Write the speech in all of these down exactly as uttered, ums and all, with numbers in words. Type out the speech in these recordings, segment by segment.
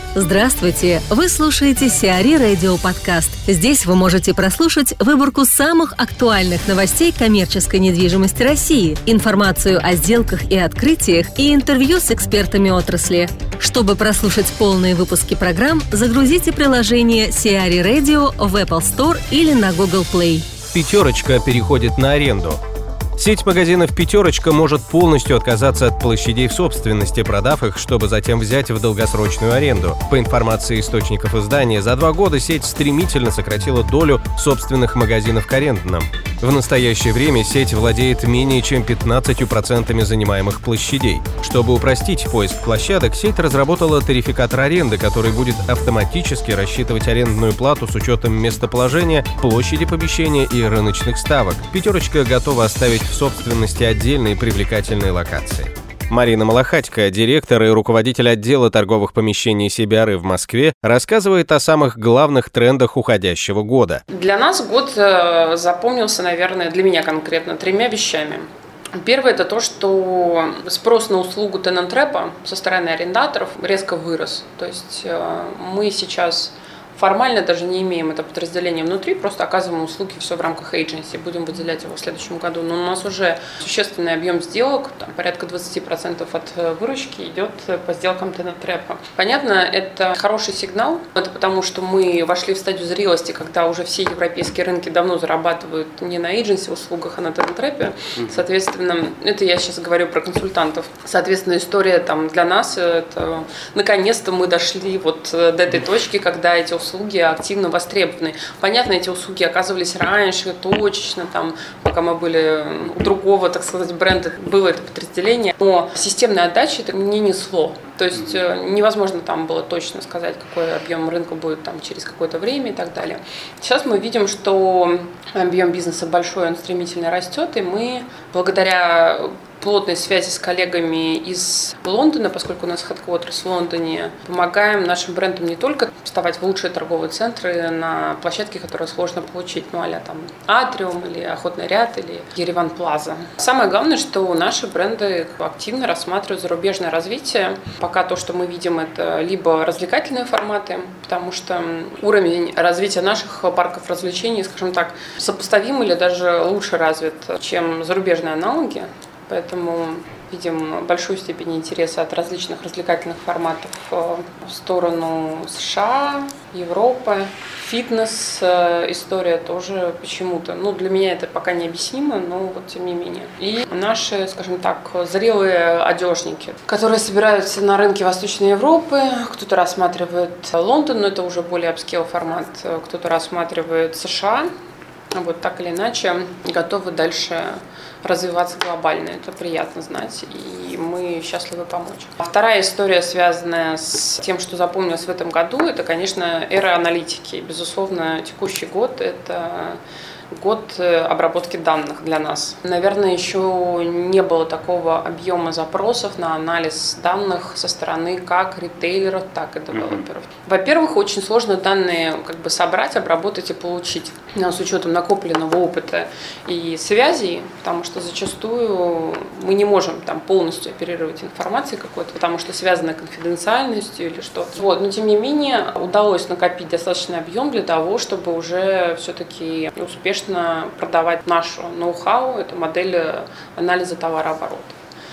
Здравствуйте! Вы слушаете Сиари Радио Подкаст. Здесь вы можете прослушать выборку самых актуальных новостей коммерческой недвижимости России, информацию о сделках и открытиях и интервью с экспертами отрасли. Чтобы прослушать полные выпуски программ, загрузите приложение Сиари Radio в Apple Store или на Google Play. Пятерочка переходит на аренду. Сеть магазинов «Пятерочка» может полностью отказаться от площадей в собственности, продав их, чтобы затем взять в долгосрочную аренду. По информации источников издания, за два года сеть стремительно сократила долю собственных магазинов к арендным. В настоящее время сеть владеет менее чем пятнадцатью процентами занимаемых площадей. Чтобы упростить поиск площадок, сеть разработала тарификатор аренды, который будет автоматически рассчитывать арендную плату с учетом местоположения, площади помещения и рыночных ставок. «Пятерочка» готова оставить в собственности отдельные привлекательные локации. Марина Малахатько, директор и руководитель отдела торговых помещений Сибиары в Москве, рассказывает о самых главных трендах уходящего года. Для нас год запомнился, наверное, для меня конкретно тремя вещами. Первое – это то, что спрос на услугу тенант-рэпа со стороны арендаторов резко вырос. То есть мы сейчас формально даже не имеем это подразделение внутри, просто оказываем услуги все в рамках agency, будем выделять его в следующем году. Но у нас уже существенный объем сделок, там, порядка двадцать процентов от выручки идет по сделкам тенант-рэпа. Понятно, это хороший сигнал, это потому что мы вошли в стадию зрелости, когда уже все европейские рынки давно зарабатывают не на agency услугах, а на тенант-рэпе. Соответственно, это я сейчас говорю про консультантов. Соответственно, история там для нас, это наконец-то мы дошли вот до этой точки, когда эти услуги услуги активно востребованы. Понятно, эти услуги оказывались раньше, точечно, там, пока мы были у другого, так сказать, бренда, было это подразделение, но системная отдача это не несло. То есть невозможно там было точно сказать, какой объем рынка будет там через какое-то время и так далее. Сейчас мы видим, что объем бизнеса большой, он стремительно растет, и мы благодаря плотной связи с коллегами из Лондона, поскольку у нас хедквотерс в Лондоне, помогаем нашим брендам не только вставать в лучшие торговые центры на площадке, которые сложно получить, ну а-ля там Атриум или Охотный ряд или Ереван Плаза. Самое главное, что наши бренды активно рассматривают зарубежное развитие. Пока то, что мы видим, это либо развлекательные форматы, потому что уровень развития наших парков развлечений, скажем так, сопоставим или даже лучше развит, чем зарубежные аналоги. Поэтому видим большую степень интереса от различных развлекательных форматов в сторону США, Европы. Фитнес история тоже почему-то, ну для меня это пока не объяснимо, но вот тем не менее. И наши, скажем так, зрелые одежники, которые собираются на рынке Восточной Европы, кто-то рассматривает Лондон, но это уже более апскейл формат, кто-то рассматривает США. Вот так или иначе готовы дальше развиваться глобально. Это приятно знать, и мы счастливы помочь. Вторая история, связанная с тем, что запомнилось в этом году, это, конечно, эра аналитики. Безусловно, текущий год – это год обработки данных для нас. Наверное, еще не было такого объема запросов на анализ данных со стороны как ритейлеров, так и девелоперов. Во-первых, очень сложно данные как бы собрать, обработать и получить с учетом накопленного опыта и связей, потому что зачастую мы не можем там полностью оперировать информацией какой-то, потому что связано конфиденциальностью или что-то. Вот. Но тем не менее удалось накопить достаточный объем для того, чтобы уже все-таки успешно продавать нашу ноу-хау, это модель анализа товарооборота.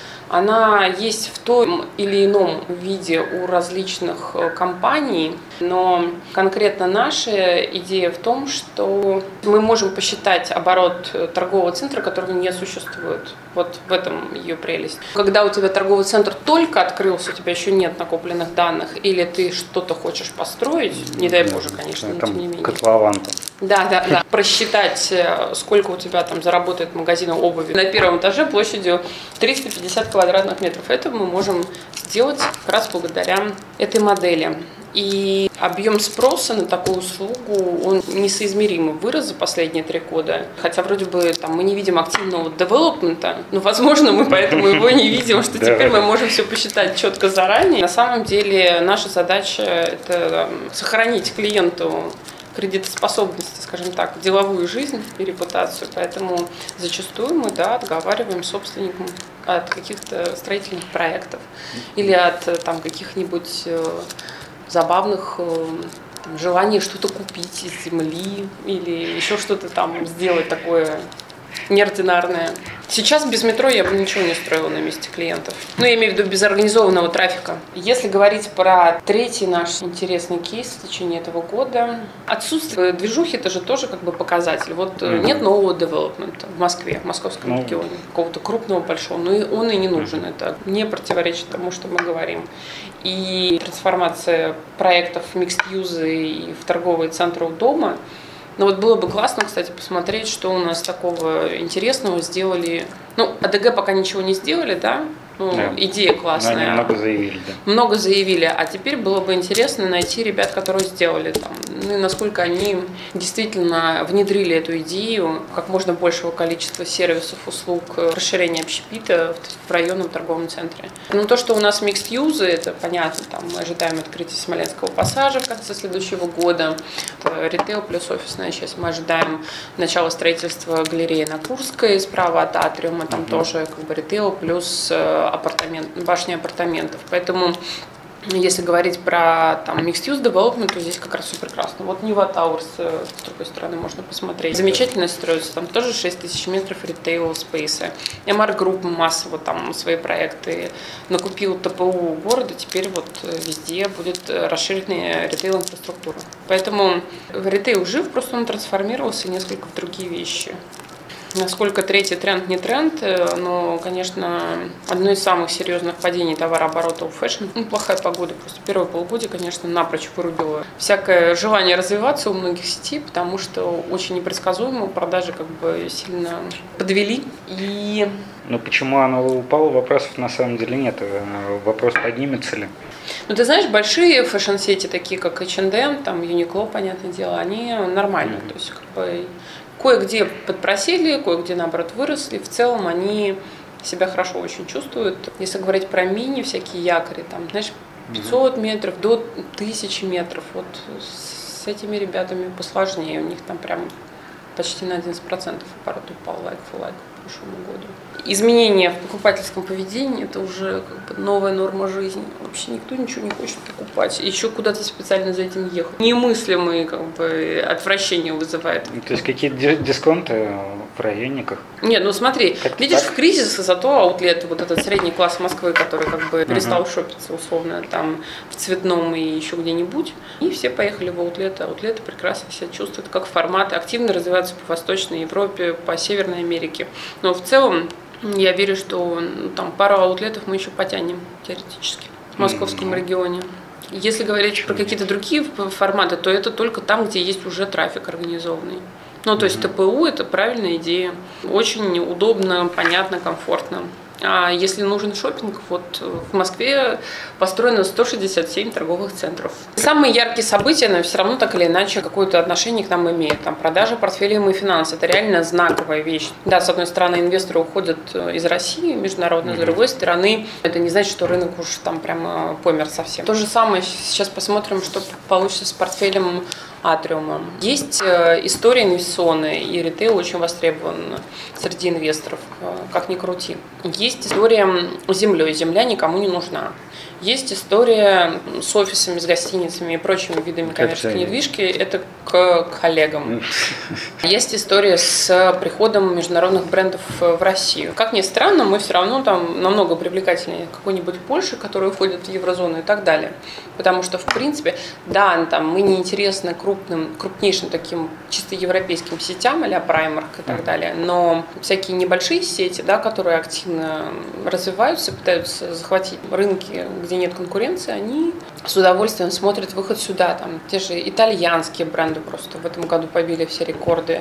Она есть в том или ином виде у различных компаний, но конкретно наша идея в том, что мы можем посчитать оборот торгового центра, которого не существует. Вот в этом ее прелесть. Когда у тебя торговый центр только открылся, у тебя еще нет накопленных данных, или ты что-то хочешь построить, не дай боже, конечно, но тем не менее. Котлован там. Да, да, да. Просчитать, сколько у тебя там заработает магазин обуви на первом этаже площадью триста пятьдесят квадратных метров. Это мы можем сделать как раз благодаря этой модели. И объем спроса на такую услугу, он несоизмеримо вырос за последние три года. Хотя вроде бы там, мы не видим активного девелопмента, но, возможно, мы поэтому его не видим, что теперь мы можем все посчитать четко заранее. На самом деле наша задача – это сохранить клиенту кредитоспособность, скажем так, деловую жизнь и репутацию. Поэтому зачастую мы, да, отговариваем собственникам от каких-то строительных проектов или от там каких-нибудь забавных там, желаний что-то купить из земли или еще что-то там сделать такое неординарное. Сейчас без метро я бы ничего не строила на месте клиентов. Ну, я имею в виду без организованного трафика. Если говорить про третий наш интересный кейс в течение этого года, отсутствие движухи – это же тоже как бы показатель. Вот mm-hmm. нет нового девелопмента в Москве, в московском mm-hmm. регионе, какого-то крупного, большого, но и он и не нужен. Mm-hmm. Это не противоречит тому, что мы говорим. И трансформация проектов в микст-юзы и в торговые центры у дома. Но вот было бы классно, кстати, посмотреть, что у нас такого интересного сделали. Ну, АДГ пока ничего не сделали, да? Ну, да. Идея классная. Но они много заявили, да. Много заявили, а теперь было бы интересно найти ребят, которые сделали там. Ну и насколько они действительно внедрили эту идею как можно большего количества сервисов, услуг, расширения общепита в районном торговом центре. Ну то, что у нас микст-юзы, это понятно, там мы ожидаем открытия Смоленского пассажа в конце следующего года. Это ритейл плюс офисная часть. Мы ожидаем начала строительства галереи на Курской справа от Атриума, там mm-hmm. тоже как бы ритейл плюс апартамент, башни апартаментов. Поэтому, если говорить про там mixed-use development, то здесь как раз все прекрасно. Вот Нива Тауэрс с другой стороны можно посмотреть. Замечательно строится, там тоже шесть тысяч метров ритейл спейса. эм ар Group массово там свои проекты накупил ТПУ города, теперь вот везде будет расширенная ритейл-инфраструктура. Поэтому ритейл жив, просто он трансформировался несколько в другие вещи. Насколько третий тренд не тренд, но, конечно, одно из самых серьезных падений товарооборота у фэшн. Ну, плохая погода. Просто первое полугодие, конечно, напрочь вырубило всякое желание развиваться у многих сетей, потому что очень непредсказуемо, продажи как бы сильно подвели. И... Ну, почему оно упало, вопросов на самом деле нет. Вопрос, поднимется ли. Ну, ты знаешь, большие фэшн-сети, такие как эйч энд эм, там, Uniqlo, понятное дело, они нормальные. Mm-hmm. То есть, как бы... Кое-где подпросили, кое-где, наоборот, выросли. В целом они себя хорошо очень чувствуют. Если говорить про мини, всякие якори, там, знаешь, пятьсот метров до тысячи метров. Вот с этими ребятами посложнее. У них там прям почти на одиннадцать процентов оборот упал лайк-фо-лайк к прошлому году. Изменения в покупательском поведении – это уже как бы новая норма жизни. Вообще никто ничего не хочет покупать. Еще куда-то специально за этим ехать. Немыслимые как бы отвращения вызывает. То есть какие-то дисконты в районниках? Нет, ну смотри, как видишь, так? В кризис зато аутлет, вот этот средний класс Москвы, который как бы перестал uh-huh. шопиться условно там в Цветном и еще где-нибудь. И все поехали в аутлеты. Аутлеты прекрасно себя чувствуют как форматы, активно развиваются по Восточной Европе, по Северной Америке. Но в целом я верю, что ну, там пару аутлетов мы еще потянем теоретически в московском mm-hmm. регионе. Если говорить про какие-то другие форматы, то это только там, где есть уже трафик организованный. Ну, то есть ТПУ – это правильная идея. Очень удобно, понятно, комфортно. А если нужен шопинг, вот в Москве построено сто шестьдесят семь торговых центров. Самые яркие события, но все равно так или иначе какое-то отношение к нам имеют. Там продажа портфелей и финансы – это реально знаковая вещь. Да, с одной стороны, инвесторы уходят из России международно, с другой стороны, это не значит, что рынок уж там прямо помер совсем. То же самое, сейчас посмотрим, что получится с портфелем Атриума. Есть история инвестиционная, и ритейл очень востребован среди инвесторов, как ни крути. Есть история с землей. Земля никому не нужна. Есть история с офисами, с гостиницами и прочими видами коммерческой недвижки. Это к коллегам. Есть история с приходом международных брендов в Россию. Как ни странно, мы все равно там намного привлекательнее какой-нибудь Польши, которая входит в еврозону и так далее. Потому что, в принципе, да, там мы неинтересны крупным, крупнейшим таким чисто европейским сетям, а-ля Primark и так далее. Но всякие небольшие сети, да, которые активно развиваются, пытаются захватить рынки, где нет конкуренции, они с удовольствием смотрят выход сюда. Там те же итальянские бренды просто в этом году побили все рекорды.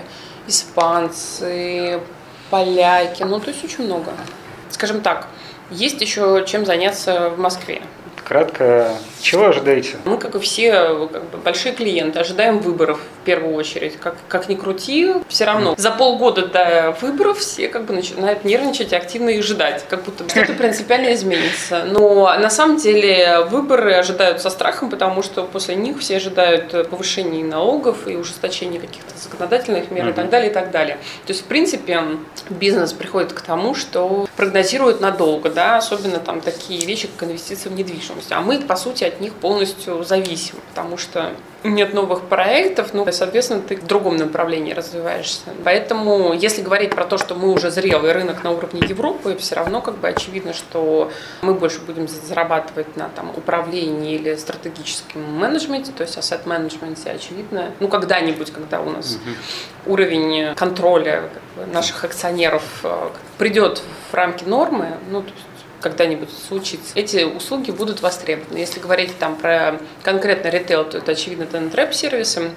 Испанцы, поляки, ну то есть очень много. Скажем так, есть еще чем заняться в Москве. Кратко, чего ожидаете? Мы, как и все как бы, большие клиенты, ожидаем выборов в первую очередь. Как, как ни крути, все равно за полгода до выборов все как бы начинают нервничать и активно их ждать, как будто что-то принципиально изменится. Но на самом деле выборы ожидают со страхом, потому что после них все ожидают повышения налогов и ужесточения каких-то законодательных мер mm-hmm. и так далее, и так далее. То есть, в принципе, бизнес приходит к тому, что прогнозирует надолго, да, особенно там такие вещи, как инвестиции в недвижимость. А мы, по сути, от от них полностью зависим, потому что нет новых проектов, ну, соответственно, ты в другом направлении развиваешься. Поэтому, если говорить про то, что мы уже зрелый рынок на уровне Европы, все равно как бы очевидно, что мы больше будем зарабатывать на там, управлении или стратегическом менеджменте, то есть asset менеджменте, очевидно. Ну, когда-нибудь, когда у нас uh-huh. уровень контроля как бы, наших акционеров придет в рамки нормы, ну, то есть когда-нибудь случится, эти услуги будут востребованы. Если говорить там про конкретно ритейл, то это очевидно тенант-рэп-сервисы,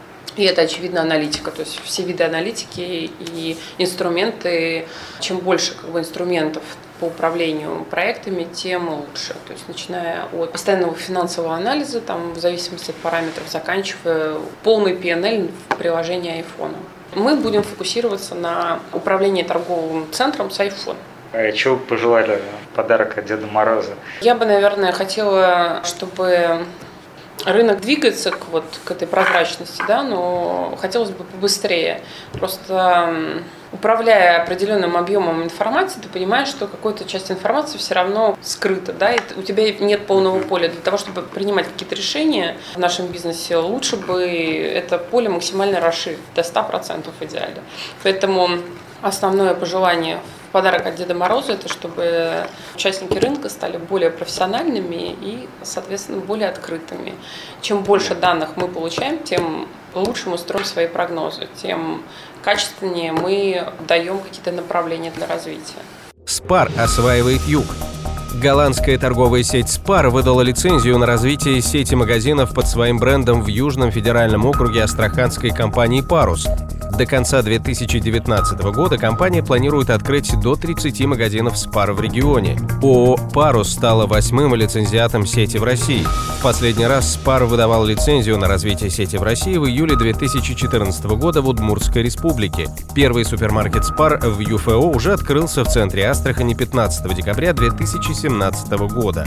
и это очевидно аналитика, то есть все виды аналитики и инструменты. Чем больше как бы, инструментов по управлению проектами, тем лучше. То есть начиная от постоянного финансового анализа, там, в зависимости от параметров, заканчивая полный пи эн эл в приложении айфона. Мы будем фокусироваться на управлении торговым центром с айфона. А чего бы пожелали подарок от Деда Мороза? Я бы, наверное, хотела, чтобы рынок двигается к, вот, к этой прозрачности, да, но хотелось бы побыстрее. Просто управляя определенным объемом информации, ты понимаешь, что какая-то часть информации все равно скрыта, да, и у тебя нет полного поля. Для того, чтобы принимать какие-то решения в нашем бизнесе, лучше бы это поле максимально расширить, до ста процентов идеально. Поэтому основное пожелание в подарок от Деда Мороза – это чтобы участники рынка стали более профессиональными и, соответственно, более открытыми. Чем больше данных мы получаем, тем лучше мы строим свои прогнозы, тем качественнее мы даем какие-то направления для развития. Spar осваивает юг. Голландская торговая сеть Spar выдала лицензию на развитие сети магазинов под своим брендом в Южном федеральном округе астраханской компании «Парус». До конца две тысячи девятнадцатого года компания планирует открыть до тридцати магазинов Spar в регионе. ООО «Парус» стала восьмым лицензиатом сети в России. В последний раз Spar выдавал лицензию на развитие сети в России в июле две тысячи четырнадцатого года в Удмуртской республике. Первый супермаркет Spar в ю эф о уже открылся в центре Астрахани пятнадцатого декабря две тысячи семнадцатого года.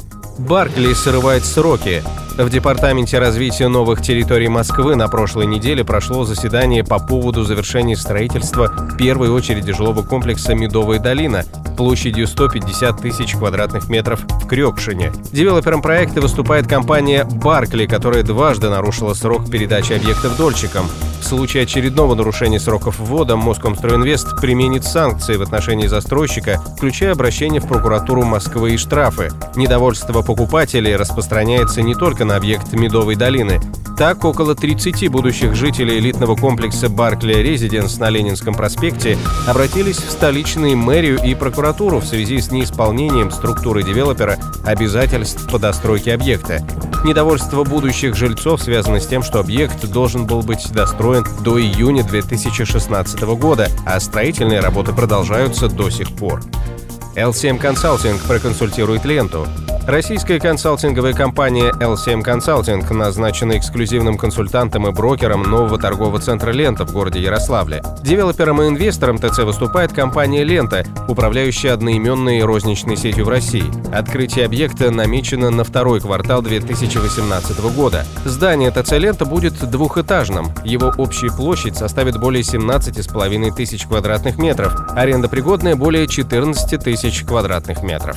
Баркли срывает сроки. В Департаменте развития новых территорий Москвы на прошлой неделе прошло заседание по поводу завершения строительства первой очереди жилого комплекса «Медовая долина» площадью сто пятьдесят тысяч квадратных метров в Крёкшине. Девелопером проекта выступает компания «Баркли», которая дважды нарушила срок передачи объектов дольщикам. В случае очередного нарушения сроков ввода Москомстройинвест применит санкции в отношении застройщика, включая обращение в прокуратуру Москвы и штрафы. Недовольство покупателей распространяется не только на объект Медовой долины. Так, около тридцати будущих жителей элитного комплекса «Баркли Резиденс» на Ленинском проспекте обратились в столичную мэрию и прокуратуру в связи с неисполнением структуры девелопера обязательств по достройке объекта. Недовольство будущих жильцов связано с тем, что объект должен был быть достроен до июня две тысячи шестнадцатого года, а строительные работы продолжаются до сих пор. эл си эм Consulting проконсультирует ленту. Российская консалтинговая компания эл си эм Consulting назначена эксклюзивным консультантом и брокером нового торгового центра «Лента» в городе Ярославле. Девелопером и инвестором ТЦ выступает компания «Лента», управляющая одноименной розничной сетью в России. Открытие объекта намечено на второй квартал две тысячи восемнадцатого года. Здание ТЦ «Лента» будет двухэтажным. Его общая площадь составит более семнадцати с половиной тысяч квадратных метров. Аренда пригодная более четырнадцати тысяч квадратных метров.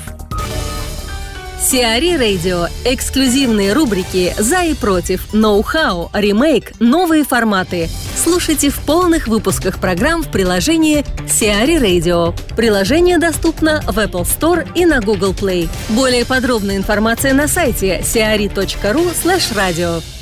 Сиари Radio. Эксклюзивные рубрики «За и против», «Ноу-хау», «Ремейк», «Новые форматы». Слушайте в полных выпусках программ в приложении Сиари Radio. Приложение доступно в Apple Store и на Google Play. Более подробная информация на сайте сиари точка ру слэш радио.